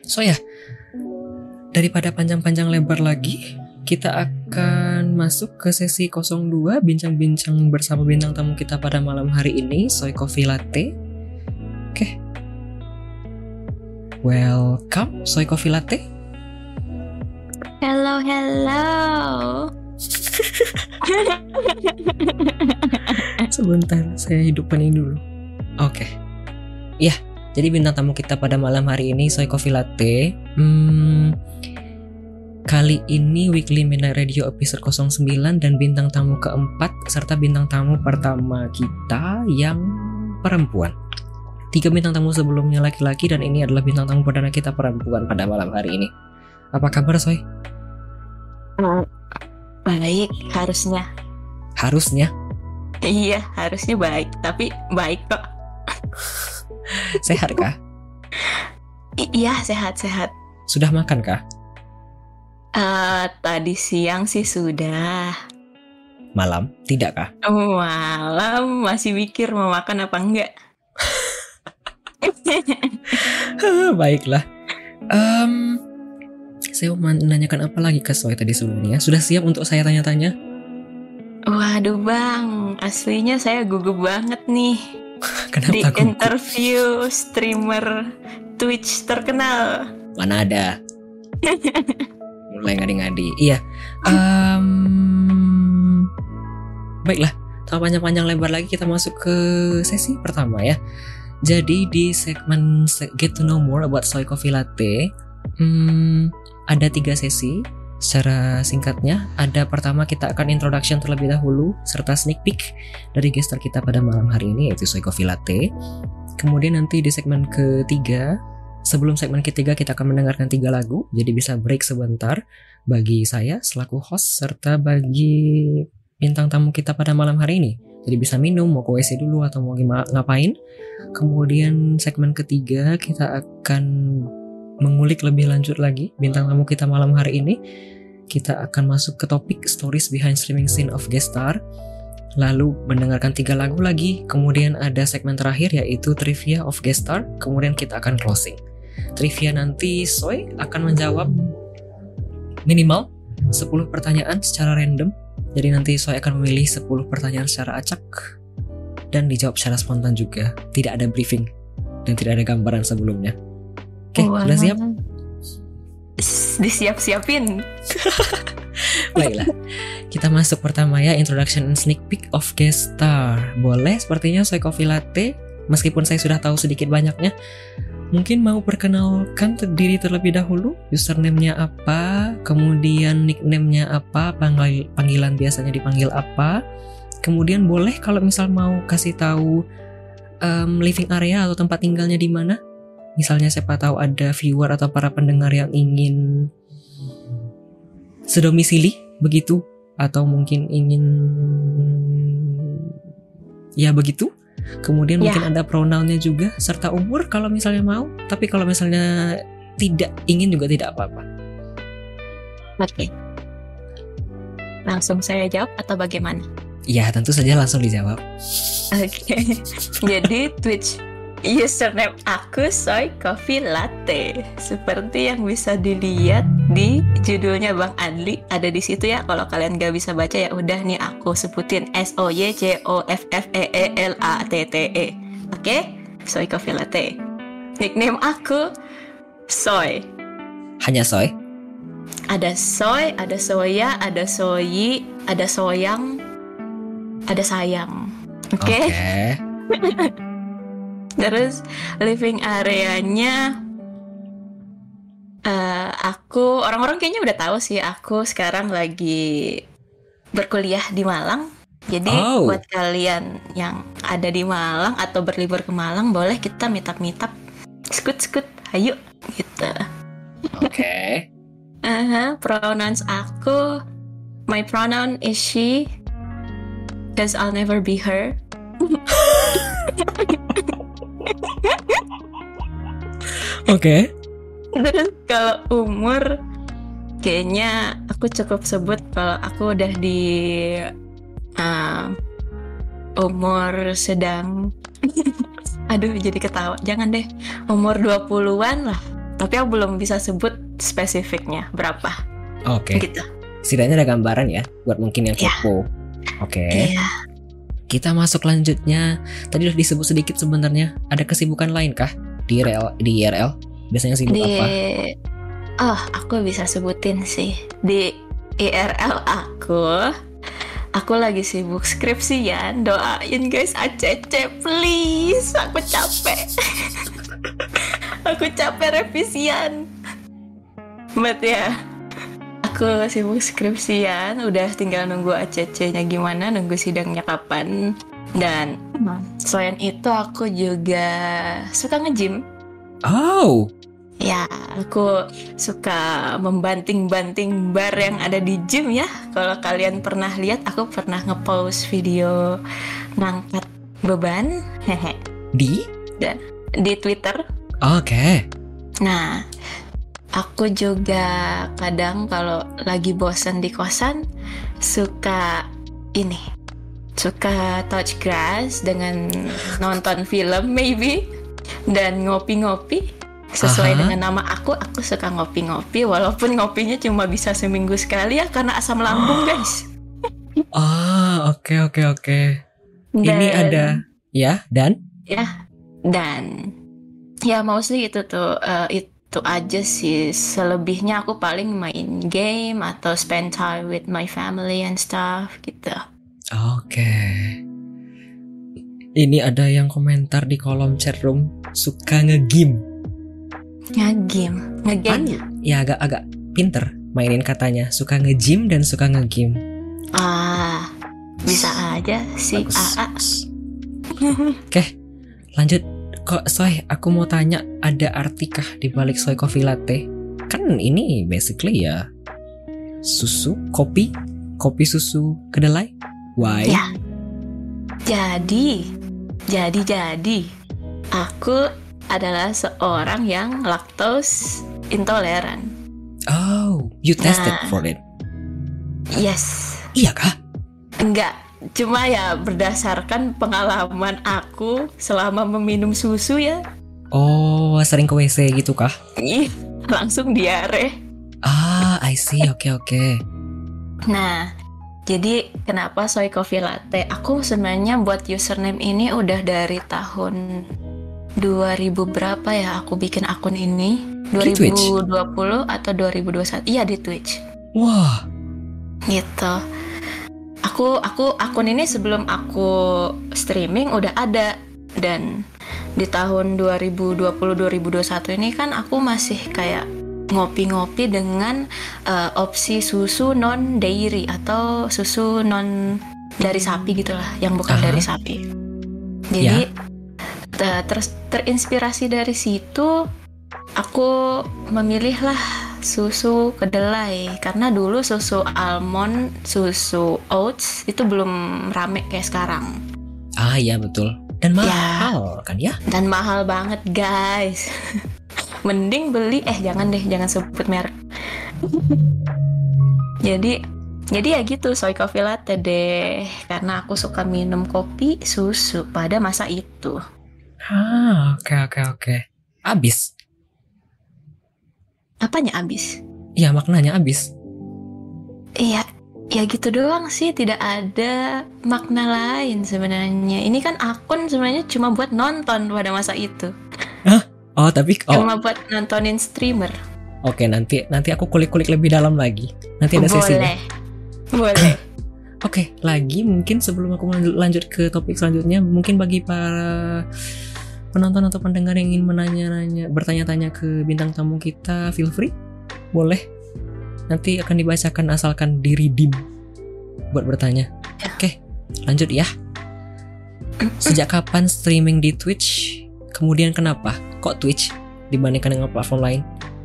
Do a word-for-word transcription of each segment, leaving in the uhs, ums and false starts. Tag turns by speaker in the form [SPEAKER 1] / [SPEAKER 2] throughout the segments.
[SPEAKER 1] So ya, daripada panjang-panjang lebar lagi, kita akan masuk ke sesi nol dua, bincang-bincang bersama bintang tamu kita pada malam hari ini, Soy Coffee Latte. Oke, okay. Welcome Soy Coffee Latte.
[SPEAKER 2] Hello, hello.
[SPEAKER 1] Sebentar, saya hidupkan ini dulu. Oke, okay. Ya, jadi bintang tamu kita pada malam hari ini Soy Coffee Latte. Hmm, kali ini Weekly Midnight Radio episode nol sembilan dan bintang tamu keempat serta bintang tamu pertama kita yang perempuan. Tiga bintang tamu sebelumnya laki-laki dan ini adalah bintang tamu perdana kita perempuan pada malam hari ini. Apa kabar, Soy?
[SPEAKER 2] Baik, harusnya.
[SPEAKER 1] Harusnya?
[SPEAKER 2] Iya, harusnya baik, tapi baik kok.
[SPEAKER 1] Sehat kah?
[SPEAKER 2] I- iya, sehat-sehat.
[SPEAKER 1] Sudah makan kah?
[SPEAKER 2] Uh, tadi siang sih sudah.
[SPEAKER 1] Malam? Tidak kah?
[SPEAKER 2] Malam masih mikir mau makan apa enggak.
[SPEAKER 1] Baiklah. Um, saya mau menanyakan apa lagi ke Soy tadi sebelumnya. Sudah siap untuk saya tanya-tanya?
[SPEAKER 2] Waduh bang, aslinya saya gugup banget nih.
[SPEAKER 1] Kenapa
[SPEAKER 2] di
[SPEAKER 1] gugup?
[SPEAKER 2] Interview streamer Twitch terkenal.
[SPEAKER 1] Mana ada? Mulai ngadi-ngadi. Iya. Um, baiklah, tanpa panjang-panjang lebar lagi kita masuk ke sesi pertama ya. Jadi di segmen Get to Know More About Soy Coffee Latte, hmm, ada tiga sesi. Secara singkatnya, ada pertama kita akan introduction terlebih dahulu serta sneak peek dari gestar kita pada malam hari ini yaitu Soy Coffee Latte. Kemudian nanti di segmen ketiga, sebelum segmen ketiga kita akan mendengarkan tiga lagu, jadi bisa break sebentar bagi saya selaku host serta bagi bintang tamu kita pada malam hari ini. Jadi bisa minum, mau ke W C dulu atau mau gimana, ngapain. Kemudian segmen ketiga kita akan mengulik lebih lanjut lagi bintang tamu kita malam hari ini. Kita akan masuk ke topik stories behind streaming scene of guest star. Lalu mendengarkan tiga lagu lagi. Kemudian ada segmen terakhir yaitu trivia of guest star. Kemudian kita akan closing. Trivia nanti Soy akan menjawab minimal sepuluh pertanyaan secara random. Jadi nanti Soy akan memilih sepuluh pertanyaan secara acak dan dijawab secara spontan juga. Tidak ada briefing dan tidak ada gambaran sebelumnya. Oke,
[SPEAKER 2] wow.
[SPEAKER 1] Sudah siap?
[SPEAKER 2] Disiap-siapin.
[SPEAKER 1] Baiklah, kita masuk pertama ya, introduction and sneak peek of guest star. Boleh, sepertinya Soy Coffee Latte, meskipun saya sudah tahu sedikit banyaknya, mungkin mau perkenalkan diri terlebih dahulu, username-nya apa, kemudian nickname-nya apa, panggil, panggilan biasanya dipanggil apa, kemudian boleh kalau misal mau kasih tahu um, living area atau tempat tinggalnya di mana. Misalnya siapa tahu ada viewer atau para pendengar yang ingin sedomisili begitu, atau mungkin ingin ya begitu. Kemudian ya. Mungkin ada pronounnya juga serta umur kalau misalnya mau. Tapi kalau misalnya tidak ingin juga tidak apa-apa.
[SPEAKER 2] Oke. Langsung saya jawab atau bagaimana?
[SPEAKER 1] Ya tentu saja langsung dijawab.
[SPEAKER 2] Oke. Jadi Twitch username aku Soy Coffee Latte. Seperti yang bisa dilihat di judulnya Bang Adli, ada di situ ya. Kalau kalian gak bisa baca ya udah nih aku sebutin S O Y C O F F E E L A T T E. Oke, Soy Coffee Latte. Nickname aku Soy.
[SPEAKER 1] Hanya Soy?
[SPEAKER 2] Ada Soy, ada Soya, ada Soyi, ada Soyang, ada Sayang. Oke. Okay?
[SPEAKER 1] Okay.
[SPEAKER 2] Terus living areanya uh, aku, orang-orang kayaknya udah tahu sih, aku sekarang lagi berkuliah di Malang. Jadi oh. buat kalian yang ada di Malang atau berlibur ke Malang, boleh kita meetup-meetup, skut-skut, ayo gitu.
[SPEAKER 1] Oke. Okay.
[SPEAKER 2] Uh-huh, pronouns aku, my pronoun is she, cause I'll never be her.
[SPEAKER 1] Oke. Okay.
[SPEAKER 2] Terus kalau umur, kayaknya aku cukup sebut kalau aku udah di uh, umur sedang. Aduh, jadi ketawa. Jangan deh. Umur dua puluhan lah. Tapi aku belum bisa sebut spesifiknya berapa.
[SPEAKER 1] Oke.
[SPEAKER 2] Gitu.
[SPEAKER 1] Setidaknya ada gambaran ya buat mungkin yang
[SPEAKER 2] Ya.
[SPEAKER 1] kepo. Oke.
[SPEAKER 2] Iya.
[SPEAKER 1] Kita masuk lanjutnya. Tadi udah disebut sedikit sebenarnya. Ada kesibukan lain kah di I R L? Di I R L biasanya sibuk
[SPEAKER 2] Di
[SPEAKER 1] apa?
[SPEAKER 2] Oh, aku bisa sebutin sih. Di I R L aku Aku lagi sibuk skripsian. Doain guys, A C C please. Aku capek. Aku capek revisian. But ya, aku sibuk skripsian. Udah tinggal nunggu A C C-nya gimana, nunggu sidangnya kapan. Dan selain itu aku juga suka nge-gym.
[SPEAKER 1] Oh,
[SPEAKER 2] Ya, aku suka membanting-banting bar yang ada di gym ya. Kalau kalian pernah lihat, aku pernah nge-post video ngangkat beban hehe
[SPEAKER 1] di?
[SPEAKER 2] dan di Twitter.
[SPEAKER 1] Oke.
[SPEAKER 2] Nah, aku juga kadang kalau lagi bosan di kosan suka ini, suka touch grass dengan nonton film maybe dan ngopi-ngopi. Sesuai
[SPEAKER 1] Aha.
[SPEAKER 2] dengan nama aku, aku suka ngopi-ngopi. Walaupun ngopinya cuma bisa seminggu sekali ya, karena asam lambung guys.
[SPEAKER 1] Ah, oke oke oke. Ini
[SPEAKER 2] Dan-
[SPEAKER 1] ada ya dan
[SPEAKER 2] Ya, dan ya mostly itu tuh eh, itu aja sih. Selebihnya aku paling main game atau spend time with my family and stuff gitu.
[SPEAKER 1] oke. Ini ada yang komentar di kolom chat room suka nge-game.
[SPEAKER 2] Nge-game, nge-game ya.
[SPEAKER 1] Ya agak-agak pinter mainin katanya. Suka nge-gym dan suka nge-game.
[SPEAKER 2] Ah, bisa aja si
[SPEAKER 1] Bagus.
[SPEAKER 2] A A.
[SPEAKER 1] Oke, lanjut. Kok Soy, aku mau tanya, ada artikah di balik Soy Coffee Latte? Kan ini basically ya susu, kopi, kopi susu kedelai. Why?
[SPEAKER 2] Ya. Jadi, jadi jadi aku adalah seorang yang lactose intoleran.
[SPEAKER 1] Oh, you tested
[SPEAKER 2] Nah.
[SPEAKER 1] for it?
[SPEAKER 2] Yes.
[SPEAKER 1] Iya kah?
[SPEAKER 2] Enggak, cuma ya berdasarkan pengalaman aku selama meminum susu ya,
[SPEAKER 1] Oh, sering ke W C gitu kah?
[SPEAKER 2] ih, langsung diare.
[SPEAKER 1] Ah, I see. Oke oke.
[SPEAKER 2] Nah, jadi kenapa Soy Coffee Latte? Aku sebenarnya buat username ini udah dari tahun dua ribu berapa ya aku bikin akun ini?
[SPEAKER 1] Di Twitch?
[SPEAKER 2] dua ribu dua puluh atau dua ribu dua puluh satu? Iya, di Twitch.
[SPEAKER 1] Wah,
[SPEAKER 2] Gitu. Aku aku akun ini sebelum aku streaming udah ada, dan di tahun dua ribu dua puluh dua ribu dua puluh satu ini kan aku masih kayak ngopi-ngopi dengan uh, opsi susu non dairy atau susu non dari sapi gitulah, yang bukan
[SPEAKER 1] Aha.
[SPEAKER 2] dari sapi. Jadi te- terus terinspirasi dari situ aku memilihlah susu kedelai, karena dulu susu almond, susu oats itu belum rame kayak sekarang.
[SPEAKER 1] ah iya betul. Dan
[SPEAKER 2] Ya.
[SPEAKER 1] mahal kan ya?
[SPEAKER 2] Dan mahal banget guys. Mending beli eh jangan deh, jangan sebut merek. Jadi jadi ya gitu, Soy Coffee Latte deh, karena aku suka minum kopi susu pada masa itu.
[SPEAKER 1] Ah, oke oke oke. Abis.
[SPEAKER 2] Apanya abis?
[SPEAKER 1] Iya, maknanya abis.
[SPEAKER 2] Iya, ya gitu doang sih, tidak ada makna lain sebenarnya. Ini kan akun sebenarnya cuma buat nonton pada masa itu.
[SPEAKER 1] Oh, tapi oh,
[SPEAKER 2] Cuma buat nontonin streamer.
[SPEAKER 1] oke nanti nanti aku kulik-kulik lebih dalam lagi. Nanti ada sesinya.
[SPEAKER 2] Boleh. Boleh.
[SPEAKER 1] Oke, lagi mungkin sebelum aku lanjut, lanjut ke topik selanjutnya, mungkin bagi para penonton atau pendengar yang ingin menanya-nanya, bertanya-tanya ke bintang tamu kita, feel free, boleh. Nanti akan dibacakan asalkan di redeem buat bertanya. Oke, lanjut ya. Sejak kapan streaming di Twitch? Kemudian kenapa? Kok Twitch dibandingkan dengan platform lain?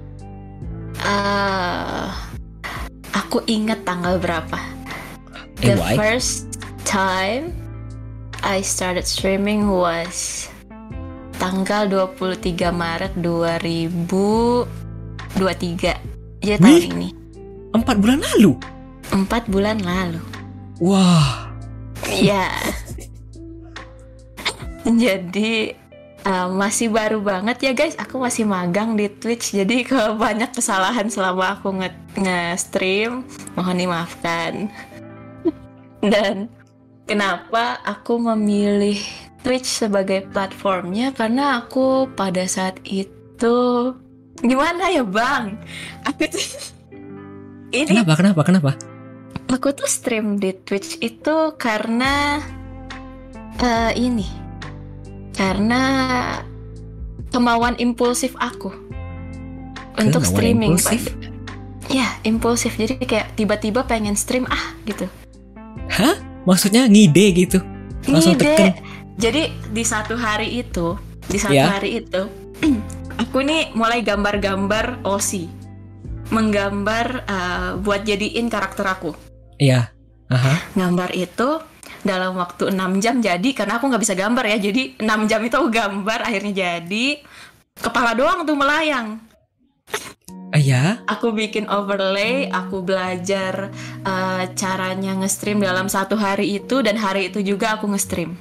[SPEAKER 2] Eh, aku ingat tanggal berapa.
[SPEAKER 1] Eh,
[SPEAKER 2] The
[SPEAKER 1] why?
[SPEAKER 2] first time I started streaming was tanggal dua puluh tiga Maret dua ribu dua puluh tiga. Jadi tahun
[SPEAKER 1] Wih.
[SPEAKER 2] ini.
[SPEAKER 1] Empat bulan lalu?
[SPEAKER 2] Empat bulan lalu.
[SPEAKER 1] Wah,
[SPEAKER 2] Iya. Jadi uh, masih baru banget ya guys. Aku masih magang di Twitch, jadi kalau banyak kesalahan selama aku nge- nge-stream, mohon dimaafkan. Dan kenapa aku memilih Twitch sebagai platformnya? Karena aku pada saat itu gimana ya bang? Aku tuh ini
[SPEAKER 1] Kenapa? Kenapa? Kenapa?
[SPEAKER 2] aku tuh stream di Twitch itu karena uh, ini, karena kemauan impulsif aku untuk
[SPEAKER 1] Kemauan
[SPEAKER 2] streaming.
[SPEAKER 1] impulsif?
[SPEAKER 2] Ya, impulsif. Jadi kayak tiba-tiba pengen stream ah gitu.
[SPEAKER 1] Hah? Maksudnya ngide gitu? Langsung
[SPEAKER 2] Ngide.
[SPEAKER 1] teken?
[SPEAKER 2] Jadi di satu hari itu, di satu
[SPEAKER 1] Ya.
[SPEAKER 2] hari itu, aku nih mulai gambar-gambar O C, menggambar uh, buat jadiin karakter aku.
[SPEAKER 1] Iya. Aha.
[SPEAKER 2] Gambar itu dalam waktu enam jam jadi, karena aku nggak bisa gambar ya. Jadi enam jam itu aku gambar, akhirnya jadi. Kepala doang tuh melayang.
[SPEAKER 1] Ah, ya?
[SPEAKER 2] Aku bikin overlay, aku belajar uh, caranya nge-stream dalam satu hari itu, dan hari itu juga aku nge-stream.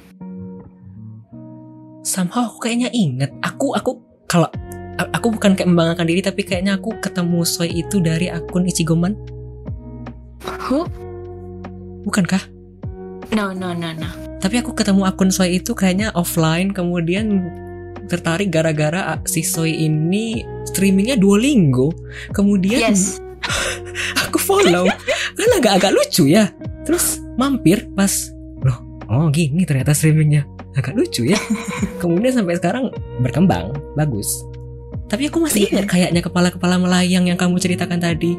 [SPEAKER 1] Somehow aku kayaknya inget. Aku aku kalau aku bukan kayak membanggakan diri, tapi kayaknya aku ketemu Soy itu dari akun Ichigoman.
[SPEAKER 2] Who?
[SPEAKER 1] Bukankah?
[SPEAKER 2] No, no, no, no.
[SPEAKER 1] Tapi aku ketemu akun Soy itu kayaknya offline, kemudian tertarik gara-gara si Soy ini streamingnya Duolingo. Kemudian
[SPEAKER 2] Yes.
[SPEAKER 1] aku follow kan agak-agak lucu ya. Terus mampir pas loh, oh gini ternyata streamingnya, agak lucu ya. Kemudian sampai sekarang berkembang bagus. Tapi aku masih ingat kayaknya kepala-kepala melayang yang kamu ceritakan tadi.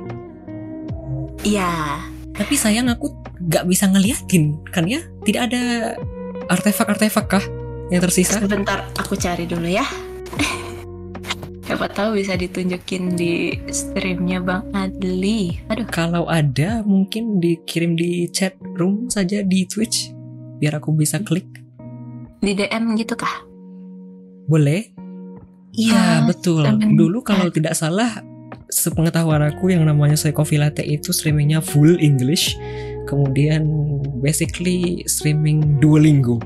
[SPEAKER 2] Iya.
[SPEAKER 1] Tapi sayang aku gak bisa ngeliatin kan ya, tidak ada artefak-artefak kah yang tersisa?
[SPEAKER 2] Sebentar, aku cari dulu ya. Siapa tahu bisa ditunjukin di streamnya Bang Adli. Aduh.
[SPEAKER 1] Kalau ada mungkin dikirim di chat room saja di Twitch biar aku bisa klik.
[SPEAKER 2] Di D M gitu kah?
[SPEAKER 1] Boleh? Iya,
[SPEAKER 2] Ah,
[SPEAKER 1] betul.
[SPEAKER 2] sebentar.
[SPEAKER 1] Dulu kalau tidak salah, sepengetahuan aku yang namanya Soy Coffee Latte itu streamingnya full English. Kemudian basically streaming Duolingo.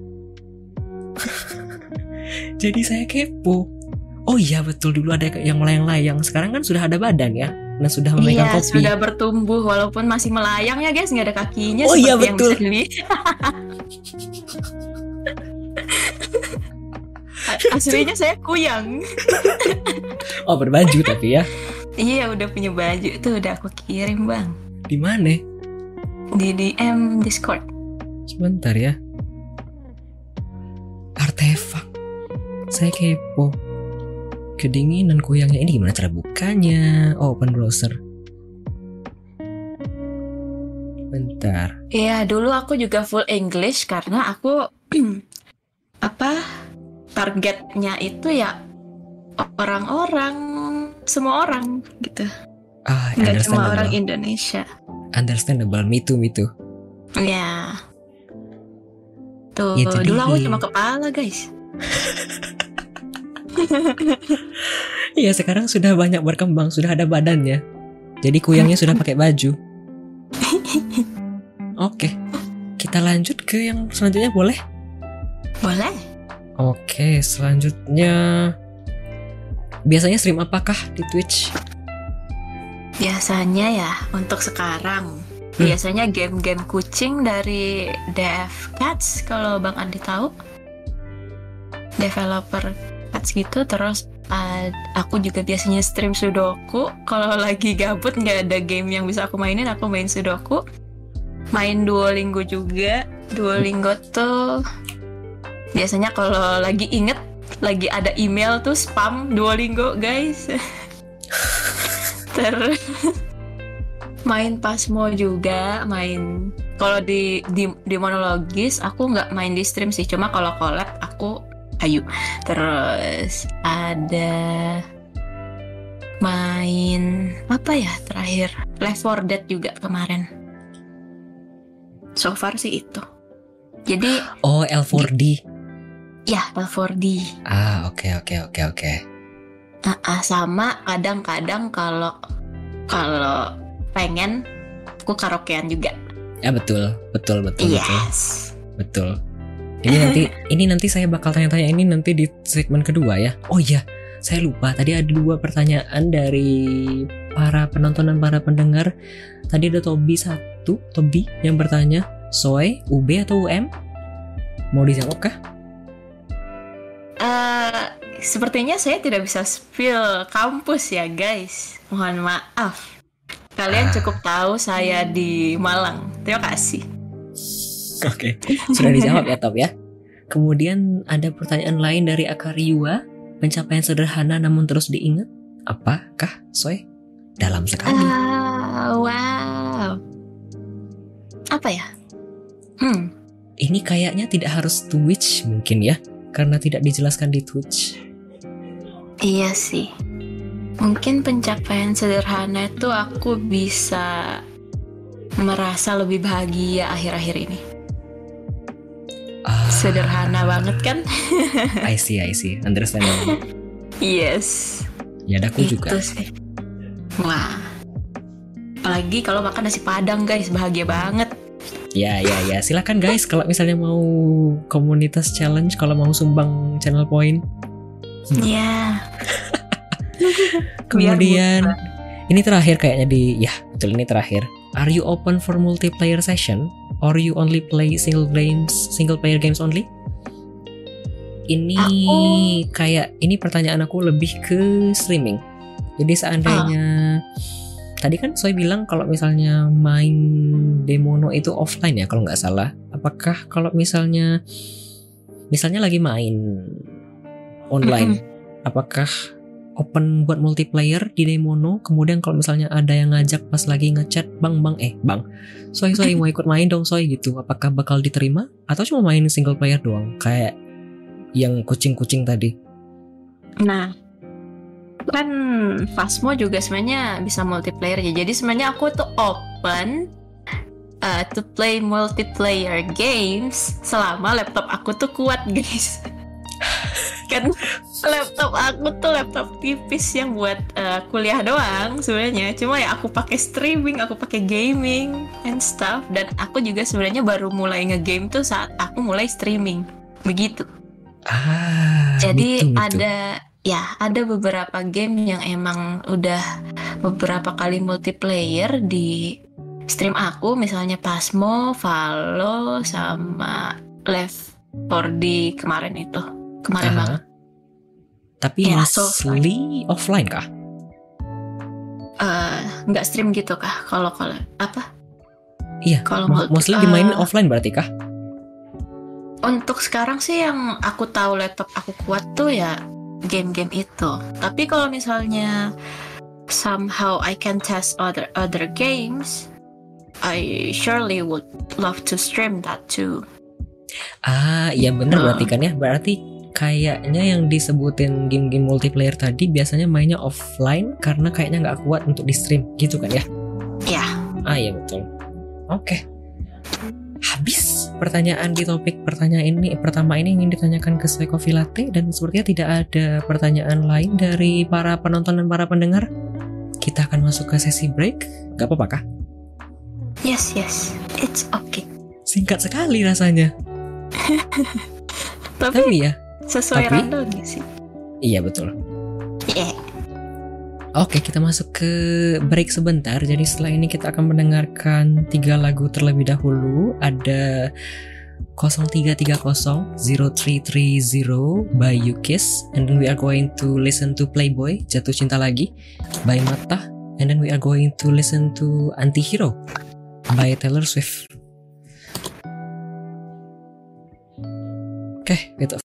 [SPEAKER 1] Jadi saya kepo. Oh iya betul, dulu ada yang melayang-layang. Sekarang kan sudah ada badan ya, dan sudah memegang
[SPEAKER 2] Iya,
[SPEAKER 1] kopi.
[SPEAKER 2] sudah bertumbuh walaupun masih melayang ya guys, nggak ada kakinya.
[SPEAKER 1] Oh iya,
[SPEAKER 2] seperti yang
[SPEAKER 1] betul.
[SPEAKER 2] bisa dilihat. Aslinya saya kuyang.
[SPEAKER 1] Oh berbaju tapi ya.
[SPEAKER 2] Iya, udah punya baju tuh, udah aku kirim bang
[SPEAKER 1] Di mana?
[SPEAKER 2] di D M Discord.
[SPEAKER 1] Sebentar ya. Artefak. Saya kepo. Kedinginan kuyangnya ini gimana cara bukanya? Oh, open browser. Bentar.
[SPEAKER 2] Iya, dulu aku juga full English karena aku apa targetnya itu ya orang-orang, semua orang gitu,
[SPEAKER 1] Ah,
[SPEAKER 2] nggak cuma
[SPEAKER 1] understandable.
[SPEAKER 2] orang Indonesia.
[SPEAKER 1] Understandable. Me too, me too.
[SPEAKER 2] Ya, tuh
[SPEAKER 1] Ya, jadi-
[SPEAKER 2] dulu aku cuma kepala guys.
[SPEAKER 1] Iya, sekarang sudah banyak berkembang, sudah ada badannya. Jadi kuyangnya sudah pakai baju. Oke. Kita lanjut ke yang selanjutnya boleh?
[SPEAKER 2] Boleh?
[SPEAKER 1] Oke, selanjutnya biasanya stream apakah di Twitch?
[SPEAKER 2] Biasanya ya untuk sekarang
[SPEAKER 1] Hmm.
[SPEAKER 2] biasanya game-game kucing dari Dev Cats, kalau Bang Andi tahu, developer Cats gitu. Terus uh, aku juga biasanya stream Sudoku kalau lagi gabut nggak ada game yang bisa aku mainin, aku main Sudoku. Main Duolingo juga. Duolingo tuh biasanya kalau lagi inget lagi ada email tuh spam Duolingo guys. Terus main Pasmo juga, main kalau di, di di monologis aku nggak main di stream sih, cuma kalau collab aku ayo. Terus ada main apa ya terakhir, Left four Dead juga kemarin. So far sih itu. Jadi
[SPEAKER 1] Oh, L four D.
[SPEAKER 2] ya Left four D.
[SPEAKER 1] Ah, oke oke oke oke.
[SPEAKER 2] Ah, ah, sama kadang-kadang kalau kalau pengen aku karaokean juga.
[SPEAKER 1] Ya betul, betul betul betul.
[SPEAKER 2] Yes.
[SPEAKER 1] Betul. Ini nanti ini nanti saya bakal tanya-tanya ini nanti di segmen kedua ya. Oh iya, saya lupa tadi ada dua pertanyaan dari para penonton dan para pendengar. Tadi ada Tobi satu, Tobi yang bertanya, Soy, U B atau U M? Mau dijawab kah?
[SPEAKER 2] Uh, sepertinya saya tidak bisa spill kampus ya guys. Mohon maaf. Kalian
[SPEAKER 1] Ah.
[SPEAKER 2] cukup tahu saya di Malang. Terima kasih.
[SPEAKER 1] Oke, sudah dijawab ya Top ya. Kemudian ada pertanyaan lain dari Akariua. Pencapaian sederhana namun terus diingat. Apakah Soy? Dalam sekali.
[SPEAKER 2] Ah, wow. Apa ya? Hmm.
[SPEAKER 1] Ini kayaknya tidak harus Twitch mungkin ya, karena tidak dijelaskan di Twitch.
[SPEAKER 2] Iya sih. Mungkin pencapaian sederhana itu aku bisa merasa lebih bahagia akhir-akhir ini.
[SPEAKER 1] Ah,
[SPEAKER 2] Sederhana banget kan?
[SPEAKER 1] I see, I see. Understandable.
[SPEAKER 2] Yes.
[SPEAKER 1] Ya, ada aku
[SPEAKER 2] Itu
[SPEAKER 1] juga.
[SPEAKER 2] sih. Wah. Apalagi kalau makan nasi padang guys, bahagia banget.
[SPEAKER 1] Ya, ya, ya. Silakan guys, kalau misalnya mau komunitas challenge, kalau mau sumbang channel point.
[SPEAKER 2] Ya.
[SPEAKER 1] Kemudian ini terakhir kayaknya di, ya betul ini terakhir. Are you open for multiplayer session or you only play single games, single player games only? Ini
[SPEAKER 2] Aku-
[SPEAKER 1] kayak ini pertanyaan aku lebih ke streaming. Jadi seandainya tadi kan Soy bilang kalau misalnya main Demono itu offline ya kalau nggak salah. Apakah kalau misalnya misalnya lagi main online, apakah open buat multiplayer di Demono? Kemudian kalau misalnya ada yang ngajak pas lagi ngechat, bang bang eh bang, Soy Soy mau ikut main dong Soy gitu. Apakah bakal diterima atau cuma main single player doang kayak yang kucing-kucing tadi?
[SPEAKER 2] Nah, kan Phasmo juga sebenarnya bisa multiplayer ya. Jadi sebenarnya aku tuh open uh, to play multiplayer games selama laptop aku tuh kuat guys. Kan laptop aku tuh laptop tipis yang buat uh, kuliah doang sebenarnya. Cuma ya aku pakai streaming, aku pakai gaming and stuff. Dan aku juga sebenarnya baru mulai ngegame tuh saat aku mulai streaming. Begitu.
[SPEAKER 1] Ah,
[SPEAKER 2] Jadi
[SPEAKER 1] gitu, gitu.
[SPEAKER 2] ada ya ada beberapa game yang emang udah beberapa kali multiplayer di stream aku, misalnya Phasmo, Valo, sama Left four Dead kemarin itu kemarin
[SPEAKER 1] Aha.
[SPEAKER 2] banget.
[SPEAKER 1] Tapi
[SPEAKER 2] Ya, so
[SPEAKER 1] mostly offline kah?
[SPEAKER 2] Eh, nggak stream gitu kah? Kalau kalau apa?
[SPEAKER 1] Iya,
[SPEAKER 2] Kalau
[SPEAKER 1] mo-
[SPEAKER 2] multi-
[SPEAKER 1] mostly dimainin
[SPEAKER 2] eh,
[SPEAKER 1] offline berarti kah?
[SPEAKER 2] Untuk sekarang sih yang aku tahu laptop aku kuat tuh ya game-game itu. Tapi kalau misalnya somehow I can test other other games, I surely would love to stream that too.
[SPEAKER 1] Ah, iya bener
[SPEAKER 2] Nah.
[SPEAKER 1] berarti kan ya. Berarti kayaknya yang disebutin game-game multiplayer tadi biasanya mainnya offline karena kayaknya nggak kuat untuk di stream gitu kan ya?
[SPEAKER 2] Ya.
[SPEAKER 1] Ah iya betul. Oke. Habis pertanyaan di topik pertanyaan ini pertama ini ingin ditanyakan ke Soy Coffee Latte dan sepertinya tidak ada pertanyaan lain dari para penonton dan para pendengar. Kita akan masuk ke sesi break. Gak apa-apa kah?
[SPEAKER 2] Yes, yes. It's okay.
[SPEAKER 1] Singkat sekali rasanya.
[SPEAKER 2] Tapi
[SPEAKER 1] Tapi ya,
[SPEAKER 2] sesuai
[SPEAKER 1] tapi-
[SPEAKER 2] randomnya sih.
[SPEAKER 1] iya betul.
[SPEAKER 2] Yeah.
[SPEAKER 1] Oke, kita masuk ke break sebentar. Jadi setelah ini kita akan mendengarkan tiga lagu terlebih dahulu. Ada nol tiga tiga nol nol tiga tiga nol by Yukis, and then we are going to listen to Playboy Jatuh Cinta Lagi by Mata, and then we are going to listen to Antihero by Taylor Swift. Oke, gitu.